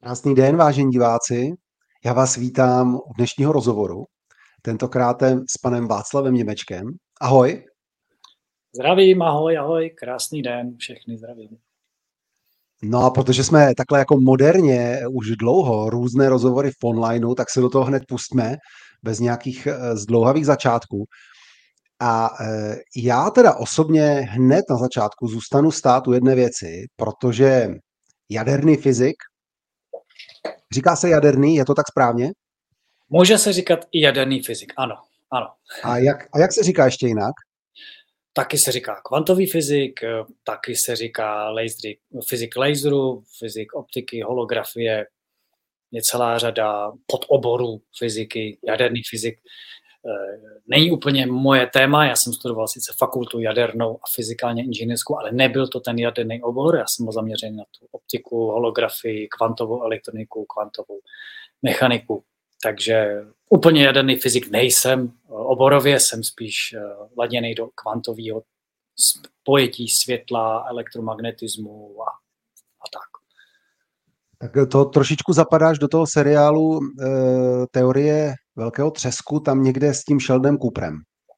Krásný den, vážení diváci. Já vás vítám u dnešního rozhovoru, tentokrát s panem Václavem Němečkem. Ahoj. Zdravím, ahoj, ahoj, krásný den, všechny zdravím. No a protože jsme takhle jako moderně už dlouho různé rozhovory v onlineu, tak se do toho hned pustíme, bez nějakých zdlouhavých začátků. A já teda osobně hned na začátku zůstanu stát u jedné věci, protože jaderný fyzik, říká se jaderný, je to tak správně? Může se říkat i jaderný fyzik, ano, ano. A jak se říká ještě jinak? Taky se říká kvantový fyzik, taky se říká fyzik laseru, fyzik optiky, holografie, je celá řada podoborů fyziky, jaderný fyzik. Není úplně moje téma, já jsem studoval sice fakultu jadernou a fyzikálně inženýrskou, ale nebyl to ten jaderný obor, já jsem byl zaměřený na tu optiku, holografii, kvantovou elektroniku, kvantovou mechaniku. Takže úplně jaderný fyzik nejsem, oborově jsem spíš laděný do kvantového pojetí světla, elektromagnetismu a tak. Tak to trošičku zapadáš do toho seriálu Teorie velkého třesku, tam někde s tím Sheldem Cooperem.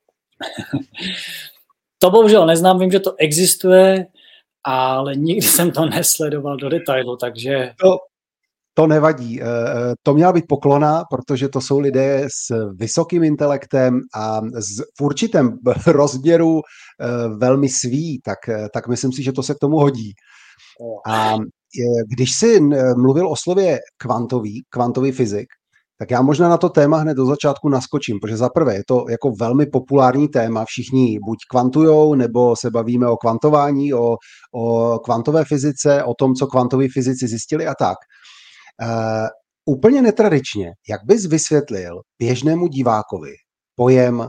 To bohužel neznám, vím, že to existuje, ale nikdy jsem to nesledoval do detailu, takže... To nevadí. To měla být poklona, protože to jsou lidé s vysokým intelektem a v určitém rozměru velmi sví, tak myslím si, že to se k tomu hodí. A když jsi mluvil o slově kvantový fyzik, tak já možná na to téma hned do začátku naskočím, protože zaprvé je to jako velmi populární téma, všichni buď kvantujou, nebo se bavíme o kvantování, o kvantové fyzice, o tom, co kvantoví fyzici zjistili a tak. Úplně netradičně, jak bys vysvětlil běžnému divákovi pojem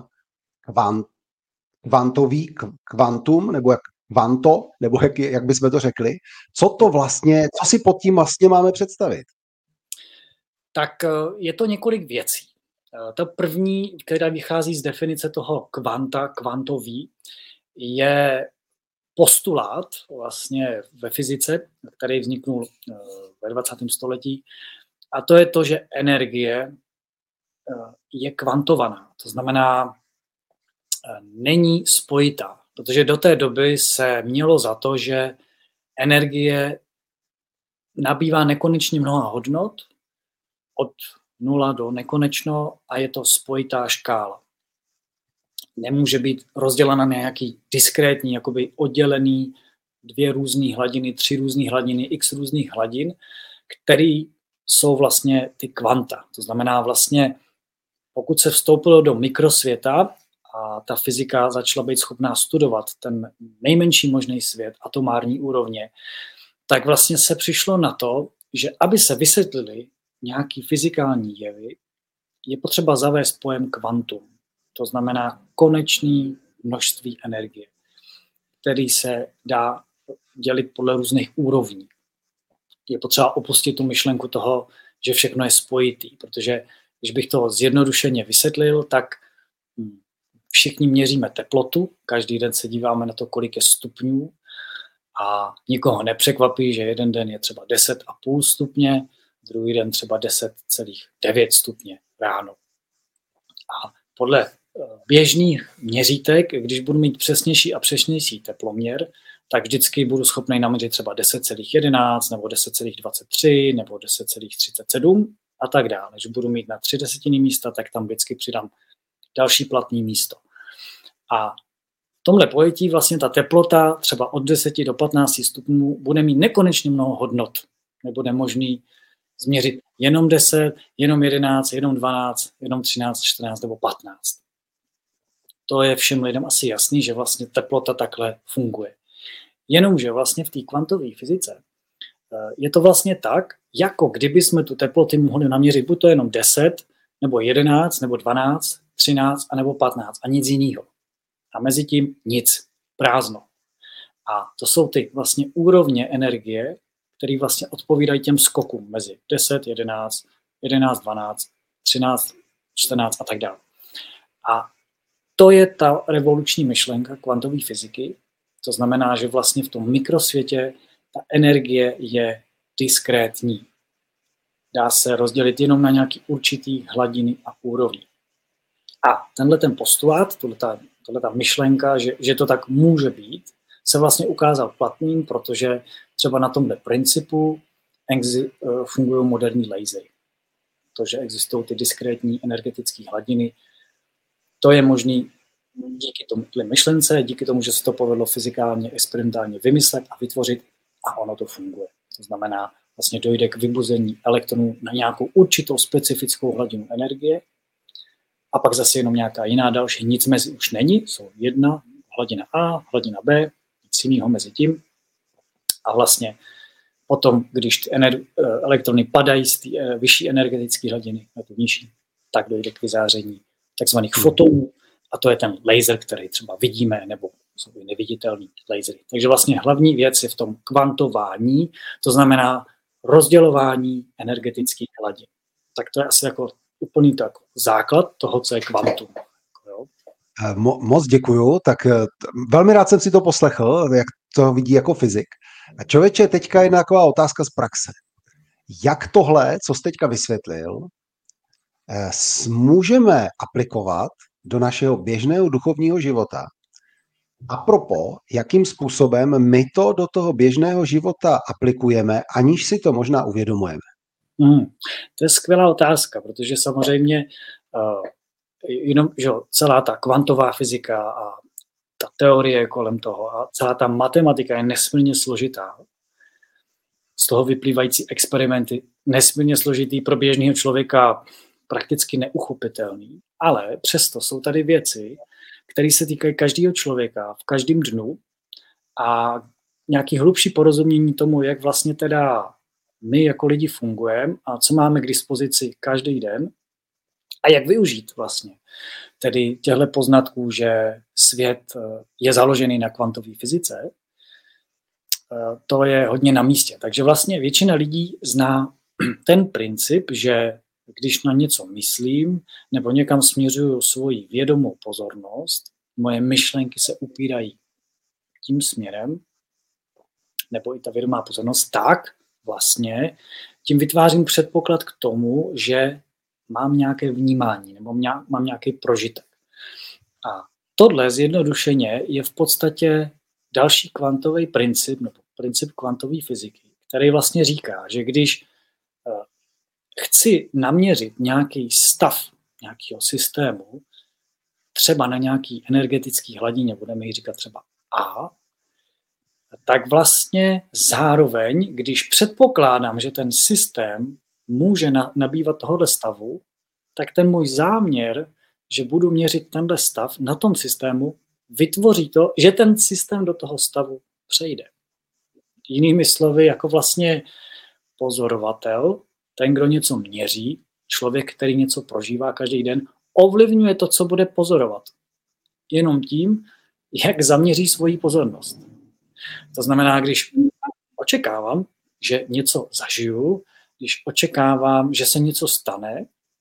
kvantum, nebo kvanto, nebo jak bychom to řekli, co si pod tím vlastně máme představit? Tak je to několik věcí. Ta první, která vychází z definice toho kvantový, je postulát vlastně ve fyzice, který vzniknul ve 20. století, a to je to, že energie je kvantovaná. To znamená, není spojitá, protože do té doby se mělo za to, že energie nabývá nekonečně mnoha hodnot od 0 do nekonečno a je to spojitá škála. Nemůže být rozdělena na nějaký diskrétní, jakoby oddělený 2 různé hladiny, 3 různé hladiny, x různých hladin, které jsou vlastně ty kvanta. To znamená vlastně, pokud se vstoupilo do mikrosvěta a ta fyzika začala být schopná studovat ten nejmenší možný svět, atomární úrovně, tak vlastně se přišlo na to, že aby se vysvětlili nějaký fyzikální jevy, je potřeba zavést pojem kvantum. To znamená konečné množství energie, který se dá dělit podle různých úrovní. Je potřeba opustit tu myšlenku toho, že všechno je spojitý, protože když bych to zjednodušeně vysvětlil, tak všichni měříme teplotu, každý den se díváme na to, kolik je stupňů a nikoho nepřekvapí, že jeden den je třeba 10,5 stupně, druhý den třeba 10,9 stupně ráno. A podle běžných měřítek, když budu mít přesnější a přesnější teploměr, tak vždycky budu schopný naměřit třeba 10,11 nebo 10,23 nebo 10,37 a tak dále. Když budu mít na 3 desetiny místa, tak tam vždycky přidám další platné místo. A v tomhle pojetí vlastně ta teplota třeba od 10 do 15 stupňů bude mít nekonečně mnoho hodnot. Nebude možný změřit jenom 10, jenom 11, jenom 12, jenom 13, 14 nebo 15. To je všem lidem asi jasný, že vlastně teplota takhle funguje. Jenomže vlastně v té kvantové fyzice je to vlastně tak, jako kdyby jsme tu teploty mohli naměřit buď to jenom 10, nebo 11, nebo 12, 13, a nebo 15 a nic jiného. A mezi tím nic, prázdno. A to jsou ty vlastně úrovně energie, které vlastně odpovídají těm skokům mezi 10, 11, 11, 12, 13, 14 a tak dále. A to je ta revoluční myšlenka kvantové fyziky. To znamená, že vlastně v tom mikrosvětě ta energie je diskrétní. dá se rozdělit jenom na nějaký určitý hladiny a úrovni. A tenhle ten postulát, tohleta myšlenka, že to tak může být, se vlastně ukázal platným, protože třeba na tomhle principu fungují moderní lasery. To, že existují ty diskrétní energetické hladiny, to je možné díky tomuhle myšlence, díky tomu, že se to povedlo fyzikálně, experimentálně vymyslet a vytvořit a ono to funguje. To znamená, vlastně dojde k vybuzení elektronů na nějakou určitou specifickou hladinu energie a pak zase jenom nějaká jiná další, nic mezi už není, jsou jedna, hladina A, hladina B, nic jiného mezi tím a vlastně potom, když ty elektrony padají z té vyšší energetické hladiny na tu nižší, tak dojde k vyzáření takzvaných fotonů a to je ten laser, který třeba vidíme, nebo jsou i neviditelný lasery. Takže vlastně hlavní věc je v tom kvantování, to znamená rozdělování energetických hladin. Tak to je asi jako úplný tak základ toho, co je kvantum. Moc děkuju, tak velmi rád jsem si to poslechl, jak to vidí jako fyzik. A člověče, teďka jedna taková otázka z praxe. Jak tohle, co jsi teďka vysvětlil, můžeme aplikovat do našeho běžného duchovního života? A propo, jakým způsobem my to do toho běžného života aplikujeme, aniž si to možná uvědomujeme? To je skvělá otázka, protože samozřejmě jenom, že celá ta kvantová fyzika a ta teorie kolem toho a celá ta matematika je nesmírně složitá. Z toho vyplývající experimenty nesmírně složitý pro běžného člověka, prakticky neuchopitelný. Ale přesto jsou tady věci, které se týkají každého člověka v každém dnu a nějaký hlubší porozumění tomu, jak vlastně teda my jako lidi fungujeme a co máme k dispozici každý den a jak využít vlastně tedy těchto poznatků, že svět je založený na kvantové fyzice, to je hodně na místě. Takže vlastně většina lidí zná ten princip, že když na něco myslím nebo někam směřuju svoji vědomou pozornost, moje myšlenky se upírají tím směrem, nebo i ta vědomá pozornost, tak vlastně tím vytvářím předpoklad k tomu, že mám nějaké vnímání nebo mám nějaký prožitek. A tohle zjednodušeně je v podstatě další kvantový princip, nebo princip kvantové fyziky, který vlastně říká, že když chci naměřit nějaký stav nějakého systému, třeba na nějaký energetický hladině, budeme ji říkat třeba A, tak vlastně zároveň, když předpokládám, že ten systém může nabývat tohoto stavu, tak ten můj záměr, že budu měřit tenhle stav na tom systému, vytvoří to, že ten systém do toho stavu přejde. Jinými slovy, jako vlastně pozorovatel, ten, kdo něco měří, člověk, který něco prožívá každý den, ovlivňuje to, co bude pozorovat. Jenom tím, jak zaměří svoji pozornost. To znamená, když očekávám, že něco zažiju, když očekávám, že se něco stane,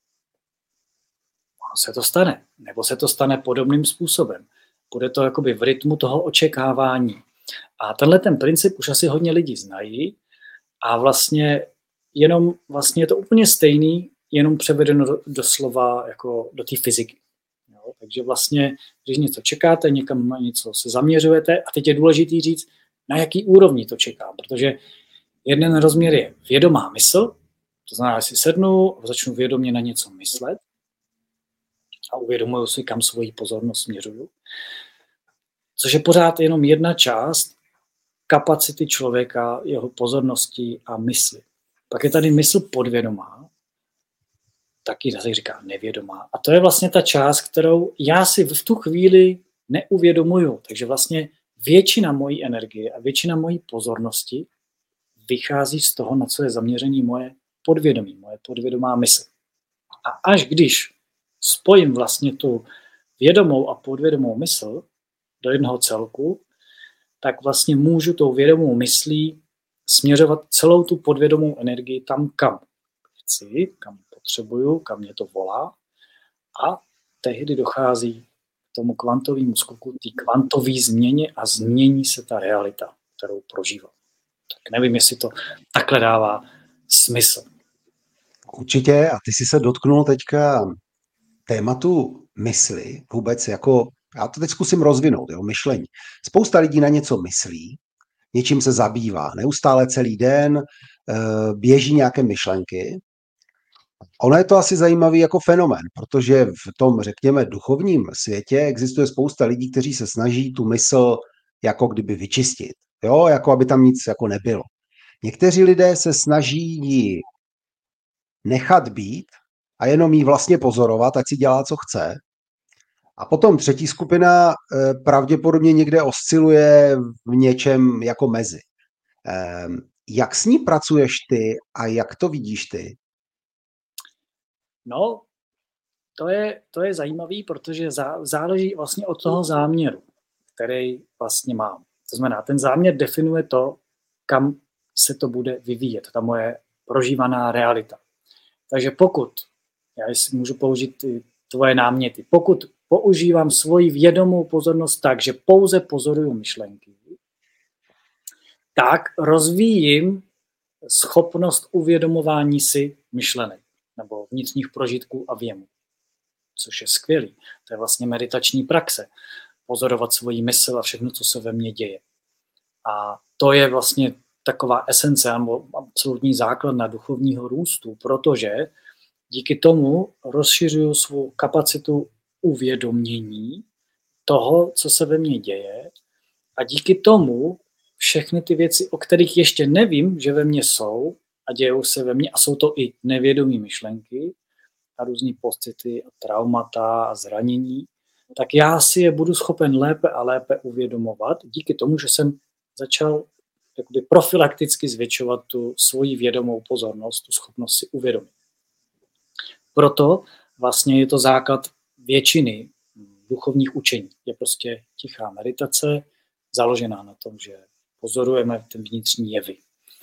ono se to stane. Nebo se to stane podobným způsobem. Bude to jakoby v rytmu toho očekávání. A tenhle ten princip už asi hodně lidí znají a vlastně jenom vlastně je to úplně stejný, jenom převedeno doslova jako do té fyziky. Jo? Takže vlastně, když něco čekáte, někam na něco se zaměřujete a teď je důležité říct, na jaký úrovni to čekám, protože jeden rozměr je vědomá mysl, to znamená, že si sednu a začnu vědomě na něco myslet a uvědomuju si, kam svoji pozornost směřuju, což je pořád jenom jedna část kapacity člověka, jeho pozornosti a mysli. Pak je tady mysl podvědomá, taky se říká nevědomá. A to je vlastně ta část, kterou já si v tu chvíli neuvědomuju. Takže vlastně většina mojí energie a většina mojí pozornosti vychází z toho, na co je zaměření moje podvědomí, moje podvědomá mysl. A až když spojím vlastně tu vědomou a podvědomou mysl do jednoho celku, tak vlastně můžu tou vědomou myslí směřovat celou tu podvědomou energii tam, kam chci, kam potřebuju, kam mě to volá. A tehdy dochází k tomu kvantovému skoku, té kvantové změně a změní se ta realita, kterou prožívám. Tak nevím, jestli to takhle dává smysl. Určitě, a ty jsi se dotknul teďka tématu mysli, vůbec jako, já to teď zkusím rozvinout, jo, myšlení. Spousta lidí na něco myslí, něčím se zabývá, neustále celý den běží nějaké myšlenky. Ono je to asi zajímavý jako fenomén, protože v tom, řekněme, duchovním světě existuje spousta lidí, kteří se snaží tu mysl jako kdyby vyčistit, jo, jako aby tam nic jako nebylo. Někteří lidé se snaží ji nechat být a jenom jí vlastně pozorovat, ať si dělá, co chce. A potom třetí skupina pravděpodobně někde osciluje v něčem jako mezi. Jak s ní pracuješ ty a jak to vidíš ty? No, to je zajímavý, protože záleží vlastně od toho záměru, který vlastně mám. To znamená, ten záměr definuje to, kam se to bude vyvíjet, ta moje prožívaná realita. Takže pokud, já si můžu použít ty tvoje náměty, pokud používám svoji vědomou pozornost tak, že pouze pozoruju myšlenky, tak rozvíjím schopnost uvědomování si myšlenek nebo vnitřních prožitků a věmů, což je skvělý. To je vlastně meditační praxe. Pozorovat svoji mysl a všechno, co se ve mně děje. A to je vlastně taková esence nebo absolutní základna duchovního růstu, protože díky tomu rozšiřuju svou kapacitu uvědomění toho, co se ve mně děje, a díky tomu všechny ty věci, o kterých ještě nevím, že ve mně jsou a dějou se ve mně, a jsou to i nevědomí myšlenky a různý pocity a traumata a zranění, tak já si je budu schopen lépe a lépe uvědomovat díky tomu, že jsem začal jakoby profilakticky zvětšovat tu svoji vědomou pozornost, tu schopnost si uvědomit. Proto vlastně je to základ většiny duchovních učení. Je prostě tichá meditace, založená na tom, že pozorujeme ten vnitřní jevy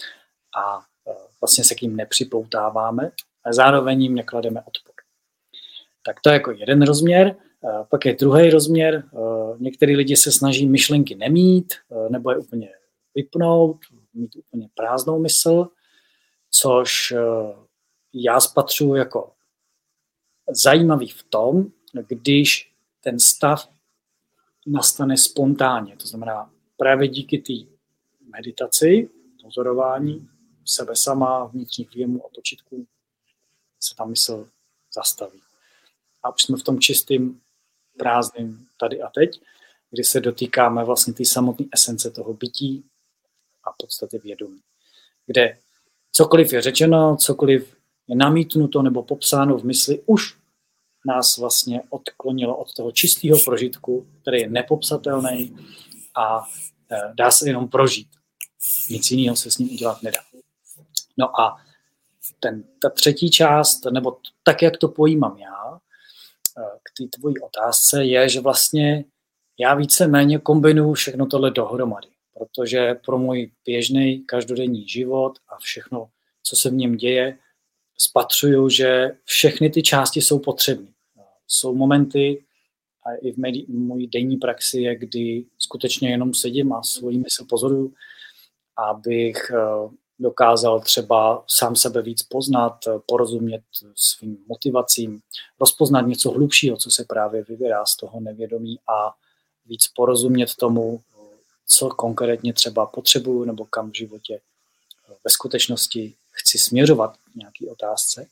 a vlastně se k ním nepřipoutáváme, a zároveň jim neklademe odpor. Tak to je jako jeden rozměr. Pak je druhý rozměr. Některý lidi se snaží myšlenky nemít, nebo je úplně vypnout, mít úplně prázdnou mysl, což já spatřuji jako zajímavý v tom, když ten stav nastane spontánně. To znamená, právě díky té meditaci, pozorování sebe sama, vnitřních věmů a počitků se ta mysl zastaví. A už jsme v tom čistým, prázdným tady a teď, kdy se dotýkáme vlastně té samotné esence toho bytí a podstaty vědomí. Kde cokoliv je řečeno, cokoliv je namítnuto nebo popsáno v mysli, už nás vlastně odklonilo od toho čistého prožitku, který je nepopsatelný a dá se jenom prožít. Nic jiného se s ním udělat nedá. No a ta třetí část, nebo tak, jak to pojímám já, k té tvojí otázce, je, že vlastně já víceméně kombinuju všechno tohle dohromady, protože pro můj běžný každodenní život a všechno, co se v něm děje, spatřuju, že všechny ty části jsou potřebné. Jsou momenty, a i v mojí denní praxi je, kdy skutečně jenom sedím a svoji mysl pozoruju, abych dokázal třeba sám sebe víc poznat, porozumět svým motivacím, rozpoznat něco hlubšího, co se právě vyvírá z toho nevědomí, a víc porozumět tomu, co konkrétně třeba potřebuju nebo kam v životě ve skutečnosti chci směřovat k nějaký otázce.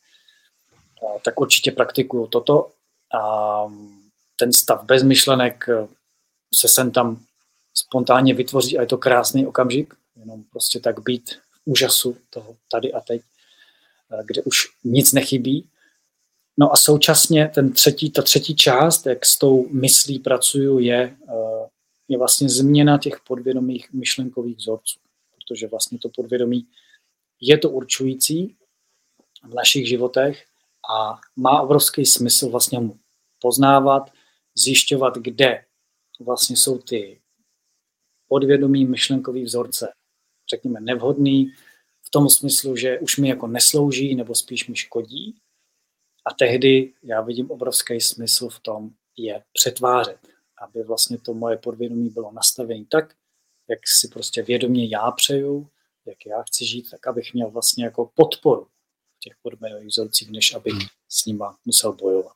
Tak určitě praktikuju toto a ten stav bez myšlenek se sem tam spontánně vytvoří a je to krásný okamžik, jenom prostě tak být v úžasu toho tady a teď, kde už nic nechybí. No a současně ta třetí část, jak s tou myslí pracuju, je vlastně změna těch podvědomých myšlenkových vzorců, protože vlastně to podvědomí je to určující v našich životech a má obrovský smysl vlastně mu poznávat, zjišťovat, kde vlastně jsou ty podvědomí myšlenkový vzorce, řekněme, nevhodný, v tom smyslu, že už mi jako neslouží nebo spíš mi škodí. A tehdy já vidím obrovský smysl v tom je přetvářet, aby vlastně to moje podvědomí bylo nastavené tak, jak si prostě vědomě já přeju, jak já chci žít, tak abych měl vlastně jako podporu v těch podmínových vzorcích, než aby s nima musel bojovat.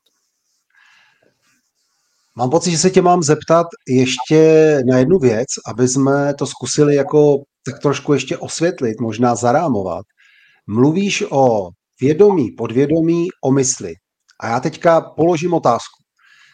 Mám pocit, že se tě mám zeptat ještě na jednu věc, aby jsme to zkusili jako tak trošku ještě osvětlit, možná zarámovat. Mluvíš o vědomí, podvědomí, o mysli. A já teďka položím otázku.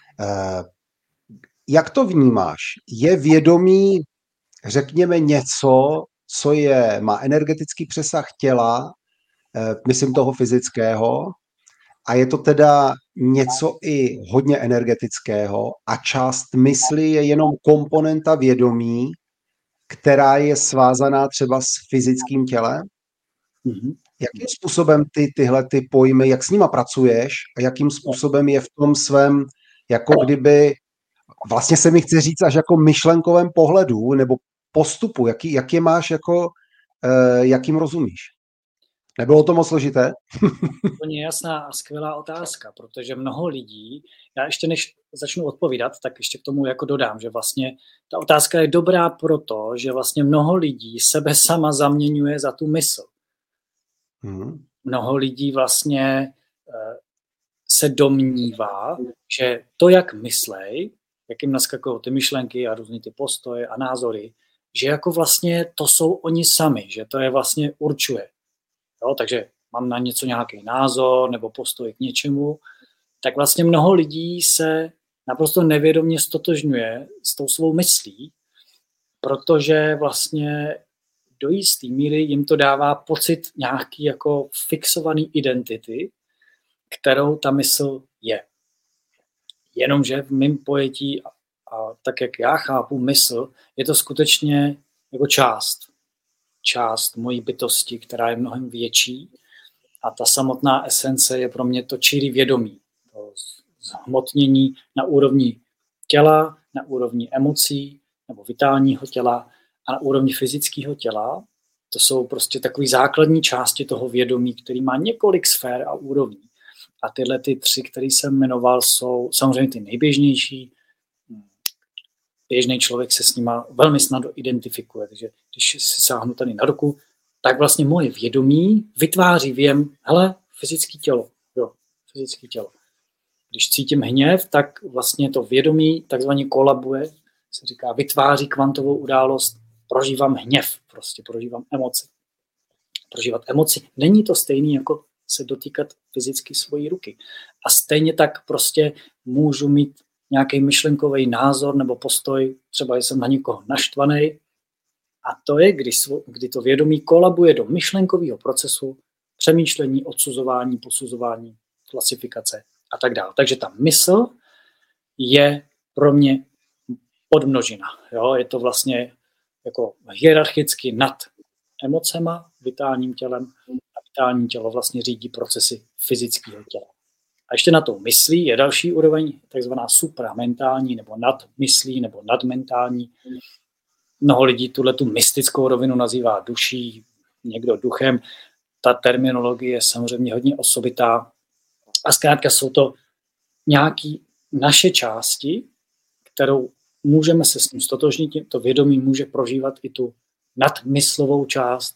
Jak to vnímáš? Je vědomí, řekněme, něco, co má energetický přesah těla, myslím toho fyzického, a je to teda něco i hodně energetického a část mysli je jenom komponenta vědomí, která je svázaná třeba s fyzickým tělem? Mm-hmm. Jakým způsobem tyhle pojmy, jak s nima pracuješ a jakým způsobem je v tom svém, jako kdyby, vlastně se mi chce říct až jako myšlenkovém pohledu nebo postupu, jak je máš jako, jakým rozumíš? Nebylo to moc složité? Úplně jasná a skvělá otázka, protože mnoho lidí, já ještě než začnu odpovídat, tak ještě k tomu jako dodám, že vlastně ta otázka je dobrá proto, že vlastně mnoho lidí sebe sama zaměňuje za tu mysl. Mnoho lidí vlastně se domnívá, že to, jak myslej, jak jim naskakují ty myšlenky a různý ty postoje a názory, že jako vlastně to jsou oni sami, že to je vlastně určuje. Jo, takže mám na něco nějaký názor nebo postoj k něčemu, tak vlastně mnoho lidí se naprosto nevědomě stotožňuje s tou svou myslí, protože vlastně do jisté míry jim to dává pocit nějaký jako fixovaný identity, kterou ta mysl je. Jenomže v mém pojetí a tak, jak já chápu mysl, je to skutečně jako část mojí bytosti, která je mnohem větší a ta samotná esence je pro mě to čirý vědomí, to zhmotnění na úrovni těla, na úrovni emocí nebo vitálního těla a na úrovni fyzického těla. To jsou prostě takové základní části toho vědomí, který má několik sfér a úrovní. A tyhle ty 3, které jsem jmenoval, jsou samozřejmě ty nejběžnější. Běžný člověk se s nima velmi snadno identifikuje. Takže když si sáhnu tady na ruku, tak vlastně moje vědomí vytváří věm, hele, fyzické tělo. Jo, fyzické tělo. Když cítím hněv, tak vlastně to vědomí takzvaně kolabuje, se říká, vytváří kvantovou událost, prožívám hněv, prostě prožívám emoci. Prožívat emoci není to stejný jako se dotýkat fyzicky svojí ruky. A stejně tak prostě můžu mít nějaký myšlenkový názor nebo postoj, třeba jsem na někoho naštvaný. A to je, kdy to vědomí kolabuje do myšlenkového procesu, přemýšlení, odsuzování, posuzování, klasifikace a tak dále. Takže ta mysl je pro mě podmnožina. Jo? Je to vlastně jako hierarchicky nad emocema, vitálním tělem, a vitální tělo vlastně řídí procesy fyzického těla. A ještě na to myslí je další úroveň, takzvaná supramentální, nebo nadmyslí, nebo nadmentální. Mnoho lidí tu mystickou rovinu nazývá duší, někdo duchem. Ta terminologie je samozřejmě hodně osobitá. A zkrátka jsou to nějaké naše části, kterou můžeme se s tím stotožnit, to vědomí může prožívat i tu nadmyslovou část.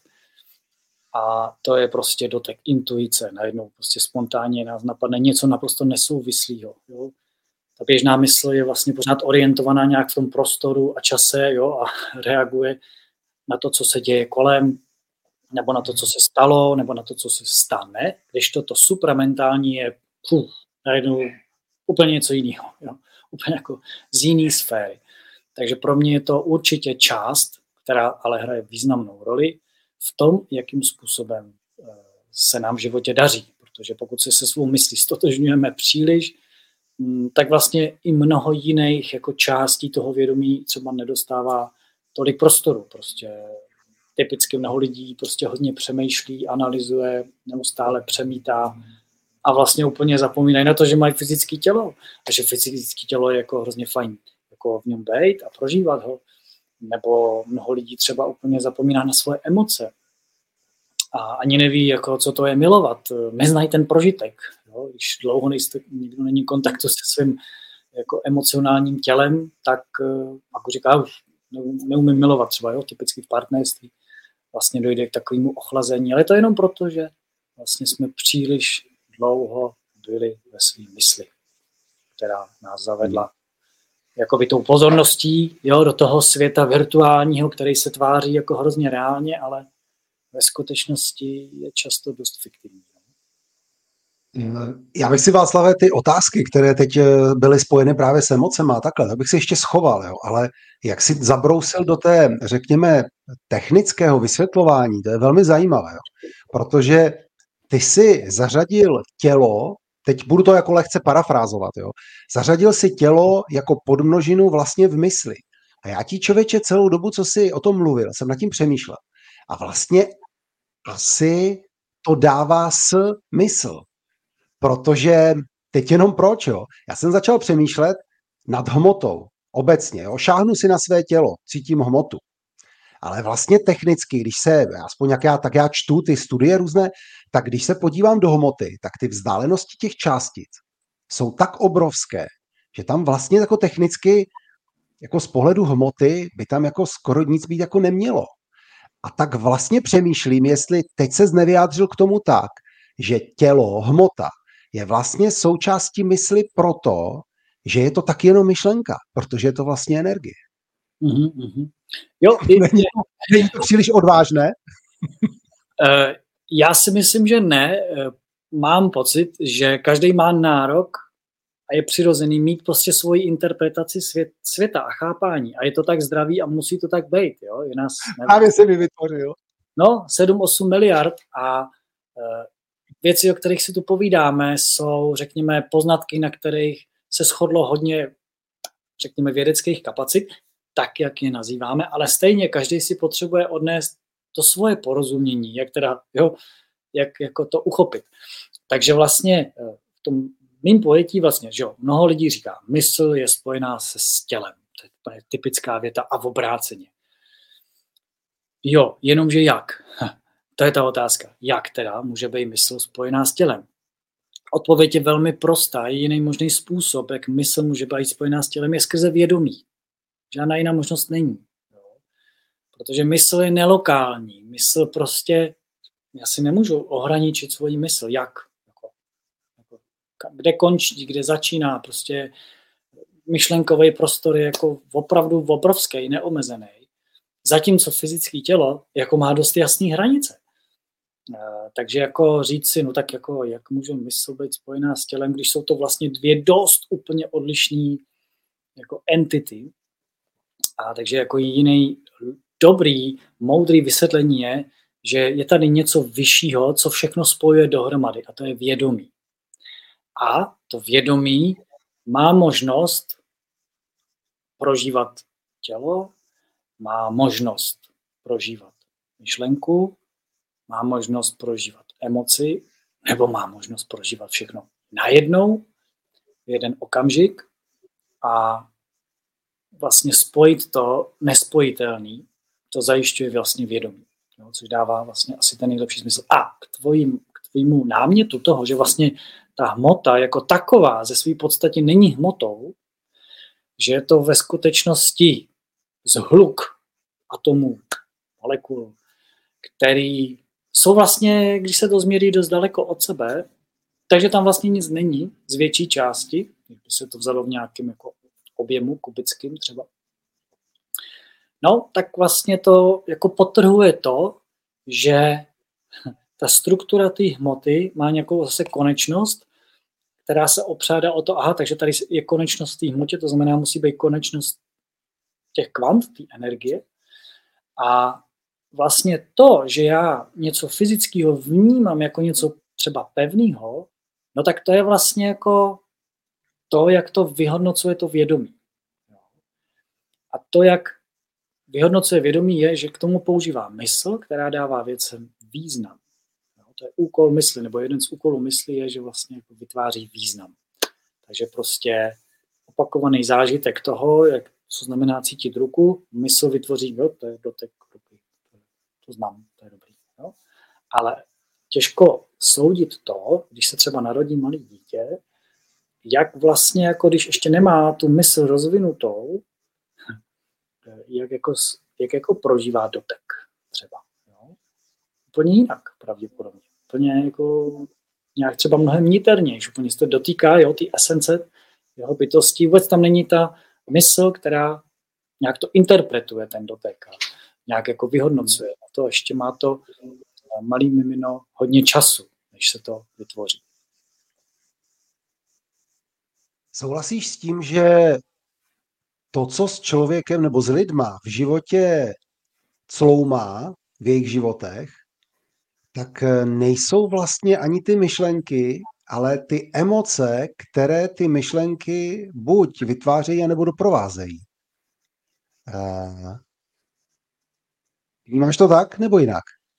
A to je prostě dotek intuice. Najednou prostě spontánně nás napadne něco naprosto nesouvislého. Jo? Ta běžná mysl je vlastně pořád orientovaná nějak v tom prostoru a čase, jo? A reaguje na to, co se děje kolem, nebo na to, co se stalo, nebo na to, co se stane, když to supramentální je najednou úplně něco jiného. Jo? Úplně jako z jiné sféry. Takže pro mě je to určitě část, která ale hraje významnou roli v tom, jakým způsobem se nám v životě daří. Protože pokud se svou myslí stotožňujeme příliš, tak vlastně i mnoho jiných jako částí toho vědomí třeba nedostává tolik prostoru. Prostě typicky mnoho lidí prostě hodně přemýšlí, analyzuje, neustále přemítá a vlastně úplně zapomínají na to, že mají fyzické tělo a že fyzické tělo je jako hrozně fajn jako v něm být a prožívat ho. Nebo mnoho lidí třeba úplně zapomíná na svoje emoce a ani neví, jako, co to je milovat. Neznají ten prožitek. Jo? Když dlouho nikdo není v kontaktu se svým jako emocionálním tělem, tak pak říká, už neumím milovat třeba, jo? Typicky v partnerství. Vlastně dojde k takovému ochlazení. Ale to je jenom proto, že vlastně jsme příliš dlouho byli ve své mysli, která nás zavedla jakoby tou pozorností, jo, do toho světa virtuálního, který se tváří jako hrozně reálně, ale ve skutečnosti je často dost fiktivní. Já bych si, Václave, ty otázky, které teď byly spojeny právě s emocema a takhle, tak bych si ještě schoval, jo? Ale jak si zabrousil do té, řekněme, technického vysvětlování, to je velmi zajímavé, jo? Protože ty si zařadil tělo, teď budu to jako lehce parafrázovat, jo? Zařadil si tělo jako podmnožinu vlastně v mysli. A já ti, člověče, celou dobu, co jsi o tom mluvil, jsem nad tím přemýšlel. A vlastně asi to dává smysl. Protože teď jenom proč, jo? Já jsem začal přemýšlet nad hmotou obecně, jo? Šáhnu si na své tělo, cítím hmotu. Ale vlastně technicky, když se, aspoň jak já čtu ty studie různé, tak když se podívám do hmoty, tak ty vzdálenosti těch částic jsou tak obrovské, že tam vlastně jako technicky, jako z pohledu hmoty, by tam jako skoro nic být jako nemělo. A tak vlastně přemýšlím, jestli teď se nevyjádřil k tomu tak, že tělo, hmota, je vlastně součástí mysli proto, že je to taky jenom myšlenka, protože je to vlastně energie. Mm-hmm. Jo, není to příliš odvážné? Já si myslím, že ne. Mám pocit, že každý má nárok a je přirozený mít prostě svoji interpretaci světa a chápání. A je to tak zdravý a musí to tak být. Jo? Je nás, právě se mi vytvořil. No, 7-8 miliard a věci, o kterých si tu povídáme, jsou, řekněme, poznatky, na kterých se shodlo hodně, řekněme, vědeckých kapacit, tak, jak je nazýváme, ale stejně každý si potřebuje odnést to svoje porozumění, jak jako to uchopit. Takže vlastně v tom mým pojetí vlastně, že jo, mnoho lidí říká, mysl je spojená se s tělem. To je typická věta a v obráceně. Jo, jenomže jak? To je ta otázka. Jak teda může být mysl spojená s tělem? Odpověď je velmi prostá. Jediný možný způsob, jak mysl může být spojená s tělem, je skrze vědomí. Žádná jiná možnost není. Jo. Protože mysl je nelokální. Mysl prostě, já si nemůžu ohraničit svoji mysl. Jak? Kde končí, kde začíná? Prostě myšlenkový prostor je jako opravdu obrovský, neomezený. Zatímco fyzické tělo jako má dost jasný hranice. Takže jako říct si, no tak jako jak může mysl být spojená s tělem, když jsou to vlastně dvě dost úplně odlišné jako entity. A takže jako jiný dobrý, moudrý vysvětlení je, že je tady něco vyššího, co všechno spojuje dohromady, a to je vědomí. A to vědomí má možnost prožívat tělo, má možnost prožívat myšlenku, má možnost prožívat emoci, nebo má možnost prožívat všechno najednou, v jeden okamžik a vlastně spojit to nespojitelný, to zajišťuje vlastně vědomí, jo, což dává vlastně asi ten nejlepší smysl. A k tvojímu námětu toho, že vlastně ta hmota jako taková ze své podstaty není hmotou, že je to ve skutečnosti zhluk atomů, molekul, který jsou vlastně, když se to změří dost daleko od sebe, takže tam vlastně nic není z větší části, když se to vzalo v nějakém jako objemu kubickým třeba. No, tak vlastně to jako podtrhuje to, že ta struktura té hmoty má nějakou zase konečnost, která se opřádá o to, aha, takže tady je konečnost té hmotě, to znamená, musí být konečnost těch kvant, té energie. A vlastně to, že já něco fyzického vnímám jako něco třeba pevného, no tak to je vlastně jako to, jak to vyhodnocuje to vědomí. A to, jak vyhodnocuje vědomí, je, že k tomu používá mysl, která dává věcem význam. To je úkol mysli, nebo jeden z úkolů mysli je, že vlastně jako vytváří význam. Takže prostě opakovaný zážitek toho, co znamená cítit ruku, mysl vytvoří, jo, to je dotek ruky. To znám, to je dobrý. Jo. Ale těžko soudit to, když se třeba narodí malé dítě, jak vlastně, jako když ještě nemá tu mysl rozvinutou, jak jako prožívá dotek třeba. Jo. Úplně jinak pravděpodobně. úplně jako nějak třeba mnohem niternější, úplně se to dotýká, jo, ty esence jeho bytosti, vůbec tam není ta mysl, která nějak to interpretuje ten dotek a nějak jako vyhodnocuje. A to ještě má to malý mimino hodně času, než se to vytvoří. Souhlasíš s tím, že to, co s člověkem nebo s lidma v životě cloumá v jejich životech, tak nejsou vlastně ani ty myšlenky, ale ty emoce, které ty myšlenky buď vytvářejí, anebo doprovázejí. Vnímáš to tak, nebo jinak?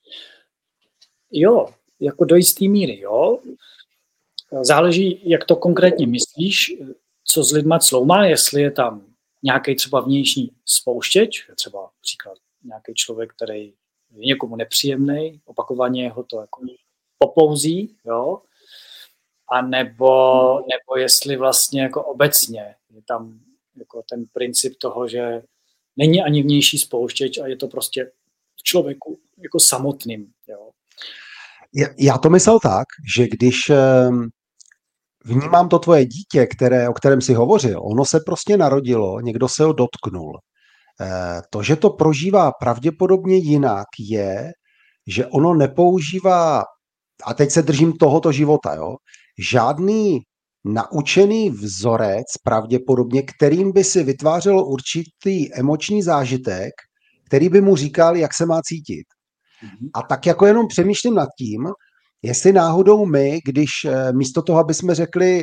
Jo, jako do jistý míry, jo. Záleží, jak to konkrétně myslíš, co s lidma cloumá, jestli je tam nějaký třeba vnější spouštěč, třeba příklad nějaký člověk, který je někomu nepříjemný, opakovaně ho to jako popouzí, jo, a nebo jestli vlastně jako obecně je tam jako ten princip toho, že není ani vnější spouštěč a je to prostě v člověku jako samotným, jo. Já to myslel tak, že když vnímám to tvoje dítě, o kterém jsi hovořil, ono se prostě narodilo, někdo se ho dotknul. To, že to prožívá pravděpodobně jinak, je, že ono nepoužívá, a teď se držím tohoto života, jo, žádný naučený vzorec pravděpodobně, kterým by si vytvářelo určitý emoční zážitek, který by mu říkal, jak se má cítit. A tak jako jenom přemýšlím nad tím, jestli náhodou my, když místo toho, aby jsme řekli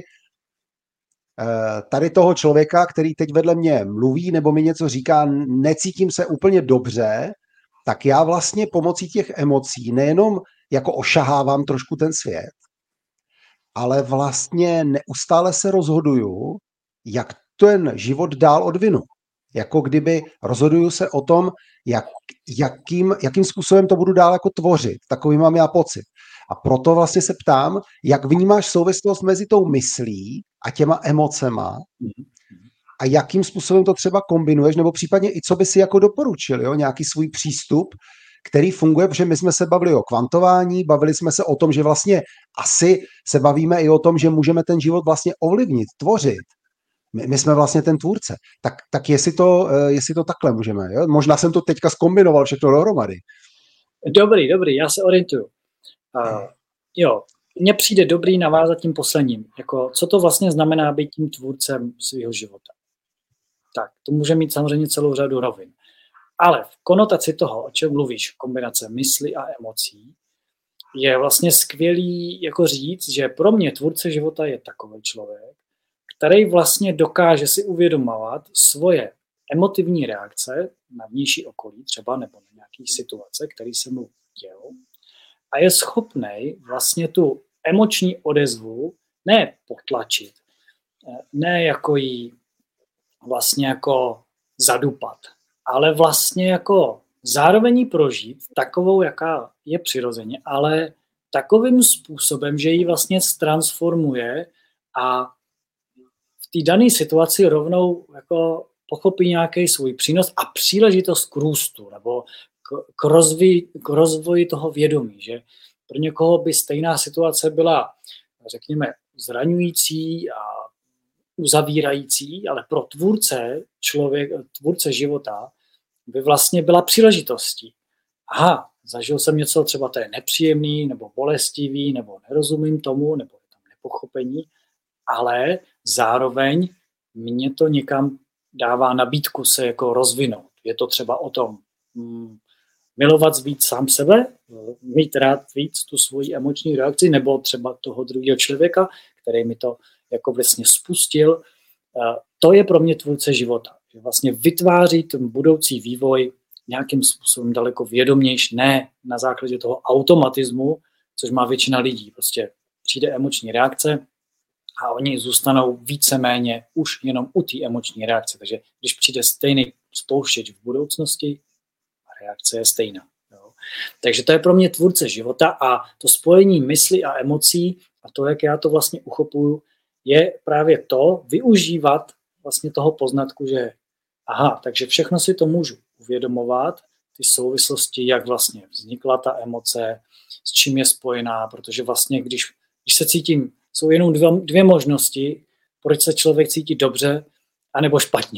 tady toho člověka, který teď vedle mě mluví nebo mi něco říká, necítím se úplně dobře, tak já vlastně pomocí těch emocí nejenom jako ošahávám trošku ten svět, ale vlastně neustále se rozhoduju, jak ten život dál odvinu. Jako kdyby rozhoduju se o tom, jakým způsobem to budu dál jako tvořit. Takový mám já pocit. A proto vlastně se ptám, jak vnímáš souvislost mezi tou myslí a těma emocema a jakým způsobem to třeba kombinuješ, nebo případně i co by si jako doporučil, jo? Nějaký svůj přístup, který funguje, protože my jsme se bavili o kvantování, bavili jsme se o tom, že vlastně asi se bavíme i o tom, že můžeme ten život vlastně ovlivnit, tvořit. My jsme vlastně ten tvůrce. Tak jestli to takhle můžeme. Jo? Možná jsem to teďka zkombinoval všechno dohromady. Dobrý, já se orientuju. Jo, mně přijde dobrý navázat tím posledním. Jako, co to vlastně znamená být tím tvůrcem svého života? Tak, to může mít samozřejmě celou řadu rovin. Ale v konotaci toho, o čem mluvíš, kombinace mysli a emocí, je vlastně skvělý jako říct, že pro mě tvůrce života je takový člověk, který vlastně dokáže si uvědomovat svoje emotivní reakce na vnější okolí třeba nebo na nějaké situace, které se mu dějou, a je schopný vlastně tu emoční odezvu ne potlačit, ne jako jí vlastně jako zadupat, ale vlastně jako zároveň ji prožít takovou, jaká je přirozeně, ale takovým způsobem, že ji vlastně transformuje a v té dané situaci rovnou jako pochopí nějaký svůj přínos a příležitost k růstu nebo k rozvoji toho vědomí, že pro někoho by stejná situace byla, řekněme, zraňující a uzavírající, ale pro tvůrce života by vlastně byla příležitostí. Aha, zažil jsem něco, třeba to je nepříjemný, nebo bolestivý, nebo nerozumím tomu, nebo je tam nepochopení, ale zároveň mě to někam dává nabídku se jako rozvinout. Je to třeba o tom milovat víc sám sebe, mít rád víc tu svoji emoční reakci, nebo třeba toho druhého člověka, který mi to jako vlastně spustil. To je pro mě tvůrce života. Že vlastně vytváří ten budoucí vývoj nějakým způsobem daleko vědomější, ne na základě toho automatismu, což má většina lidí. Prostě přijde emoční reakce a oni zůstanou víceméně už jenom u té emoční reakce. Takže když přijde stejný spouštěč v budoucnosti, reakce je stejná. Jo. Takže to je pro mě tvůrce života a to spojení mysli a emocí a to, jak já to vlastně uchopuju, je právě to využívat vlastně toho poznatku, že aha, takže všechno si to můžu uvědomovat, ty souvislosti, jak vlastně vznikla ta emoce, s čím je spojená, protože vlastně, když se cítím, jsou jenom dvě možnosti, proč se člověk cítí dobře, anebo špatně.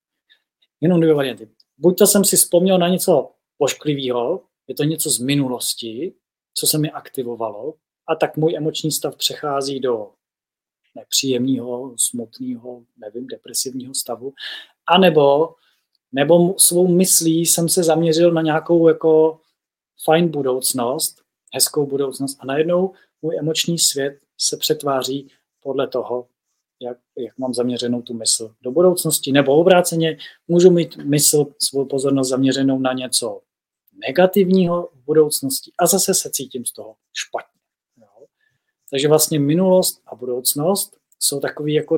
Jenom dvě varianty. Buď to jsem si vzpomněl na něco ošklivého, je to něco z minulosti, co se mi aktivovalo, a tak můj emoční stav přechází do nepříjemného, smutného, nevím, depresivního stavu, anebo svou myslí jsem se zaměřil na nějakou jako fajn budoucnost, hezkou budoucnost a najednou můj emoční svět se přetváří podle toho, jak mám zaměřenou tu mysl do budoucnosti, nebo obráceně můžu mít mysl, svou pozornost zaměřenou na něco negativního v budoucnosti a zase se cítím z toho špatně. Jo? Takže vlastně minulost a budoucnost jsou takový jako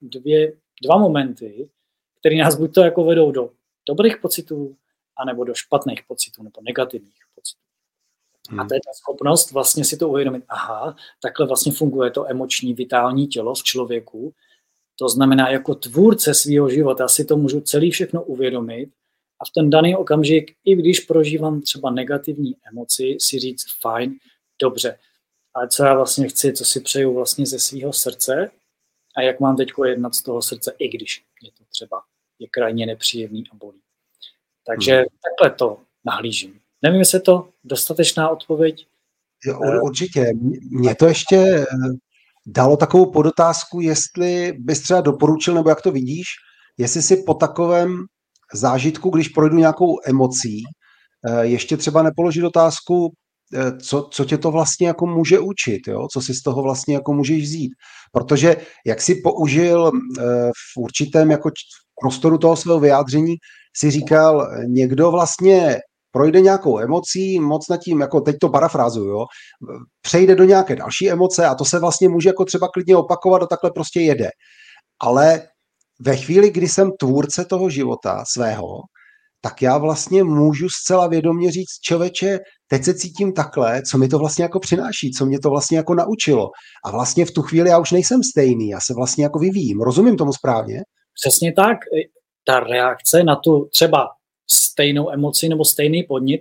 dva momenty, které nás buď to jako vedou do dobrých pocitů, anebo do špatných pocitů, nebo negativních pocitů. A to je ta schopnost vlastně si to uvědomit, aha, takhle vlastně funguje to emoční, vitální tělo v člověku. To znamená, jako tvůrce svého života si to můžu celý všechno uvědomit a v ten daný okamžik, i když prožívám třeba negativní emoci, si říct fajn, dobře, ale co já vlastně chci, co si přeju vlastně ze svého srdce a jak mám teď jednat z toho srdce, i když je to třeba je krajně nepříjemný a bolí. Takže takhle to nahlížím. Nevím, jestli je to dostatečná odpověď. Jo, určitě. Mě to ještě dalo takovou podotázku, jestli bys třeba doporučil, nebo jak to vidíš, jestli si po takovém zážitku, když projdu nějakou emocí, ještě třeba nepoložit otázku, co tě to vlastně jako může učit, jo? Co si z toho vlastně jako můžeš vzít. Protože jak si použil v určitém jako prostoru toho svého vyjádření, si říkal, někdo vlastně projde nějakou emocí, moc nad tím, jako teď to parafrázuju, jo, přejde do nějaké další emoce a to se vlastně může jako třeba klidně opakovat a takhle prostě jede. Ale ve chvíli, kdy jsem tvůrce toho života svého, tak já vlastně můžu zcela vědomě říct, člověče, teď se cítím takhle, co mi to vlastně jako přináší, co mě to vlastně jako naučilo. A vlastně v tu chvíli já už nejsem stejný, já se vlastně jako vyvíjím. Rozumím tomu správně? Přesně tak. Ta reakce na tu třeba stejnou emoci nebo stejný podnět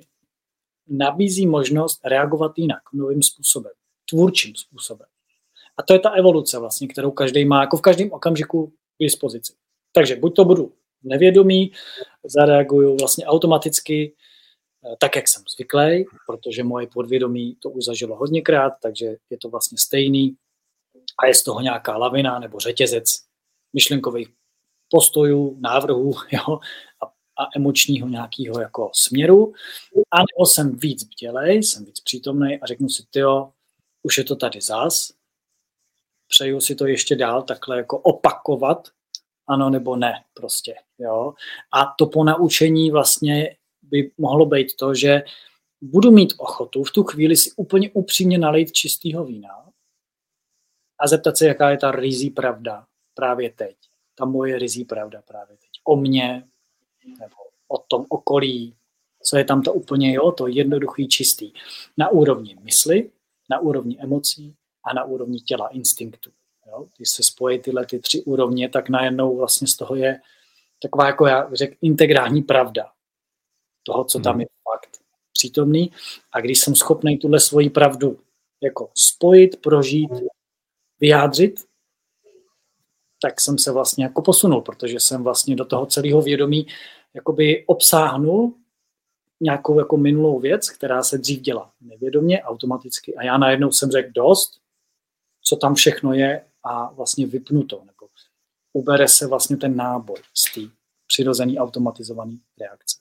nabízí možnost reagovat jinak, novým způsobem, tvůrčím způsobem. A to je ta evoluce vlastně, kterou každý má jako v každém okamžiku k dispozici. Takže buď to budu nevědomý, zareaguju vlastně automaticky, tak, jak jsem zvyklý, protože moje podvědomí to už zažilo hodněkrát, takže je to vlastně stejný a je z toho nějaká lavina nebo řetězec myšlenkových postojů, návrhů, jo, a emočního nějakého jako směru, anebo jsem víc bdělej, jsem víc přítomnej a řeknu si, tyjo, už je to tady zas, přeju si to ještě dál takhle jako opakovat, ano nebo ne prostě, jo. A to ponaučení vlastně by mohlo být to, že budu mít ochotu v tu chvíli si úplně upřímně nalejt čistýho vína a zeptat se, jaká je ta ryzí pravda právě teď. Ta moje ryzí pravda právě teď. O mně, nebo o tom okolí, co je tam to úplně, jo, to jednoduchý, čistý. Na úrovni mysli, na úrovni emocí a na úrovni těla, instinktu. Jo. Když se spojí tyhle ty tři úrovně, tak najednou vlastně z toho je taková, jako já řekl, integrální pravda toho, co tam je fakt přítomný. A když jsem schopný tuhle svoji pravdu jako spojit, prožít, vyjádřit, tak jsem se vlastně jako posunul, protože jsem vlastně do toho celého vědomí jakoby obsáhnul nějakou jako minulou věc, která se dřív dělá nevědomě, automaticky. A já najednou jsem řekl dost, co tam všechno je a vlastně vypnu to, nebo ubere se vlastně ten náboj z té přirozený automatizovaný reakce.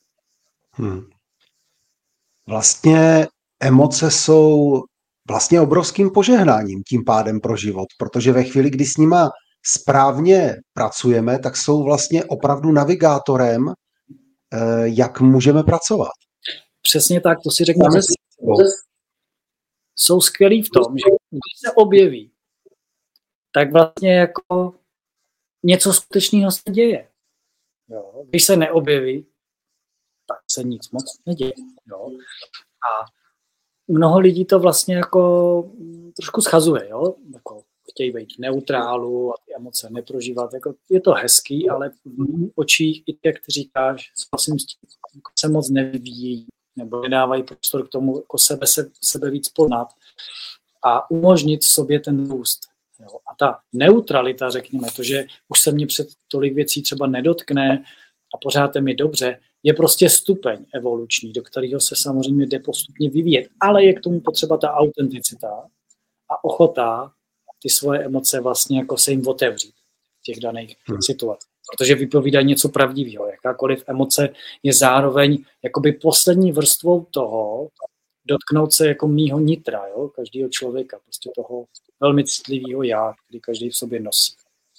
Vlastně emoce jsou vlastně obrovským požehnáním tím pádem pro život, protože ve chvíli, kdy s nima správně pracujeme, tak jsou vlastně opravdu navigátorem, jak můžeme pracovat. Přesně tak, to si řeknu. Jsou skvělí v tom, že když se objeví, tak vlastně jako něco skutečného se děje. Jo? Když se neobjeví, tak se nic moc neděje. Jo? A mnoho lidí to vlastně jako trošku schazuje, jo? Jako chtějí být v neutrálu a ty emoce neprožívat. Jako je to hezký, ale v mých očích, i jak ty říkáš, souhlasím s tím, se moc nevyvíjí nebo nedávají prostor k tomu jako sebe víc poznat a umožnit sobě ten růst. Jo. A ta neutralita, řekněme, to, že už se mě před tolik věcí třeba nedotkne a pořád je mi dobře, je prostě stupeň evoluční, do kterého se samozřejmě jde postupně vyvíjet. Ale je k tomu potřeba ta autenticita a ochota ty svoje emoce vlastně jako se jim otevřít v těch daných situacích. Protože vypovídají něco pravdivého. Jakákoliv emoce je zároveň jakoby poslední vrstvou toho, dotknout se jako mýho nitra, jo? Každého člověka, prostě toho velmi citlivého já, který každý v sobě nosí.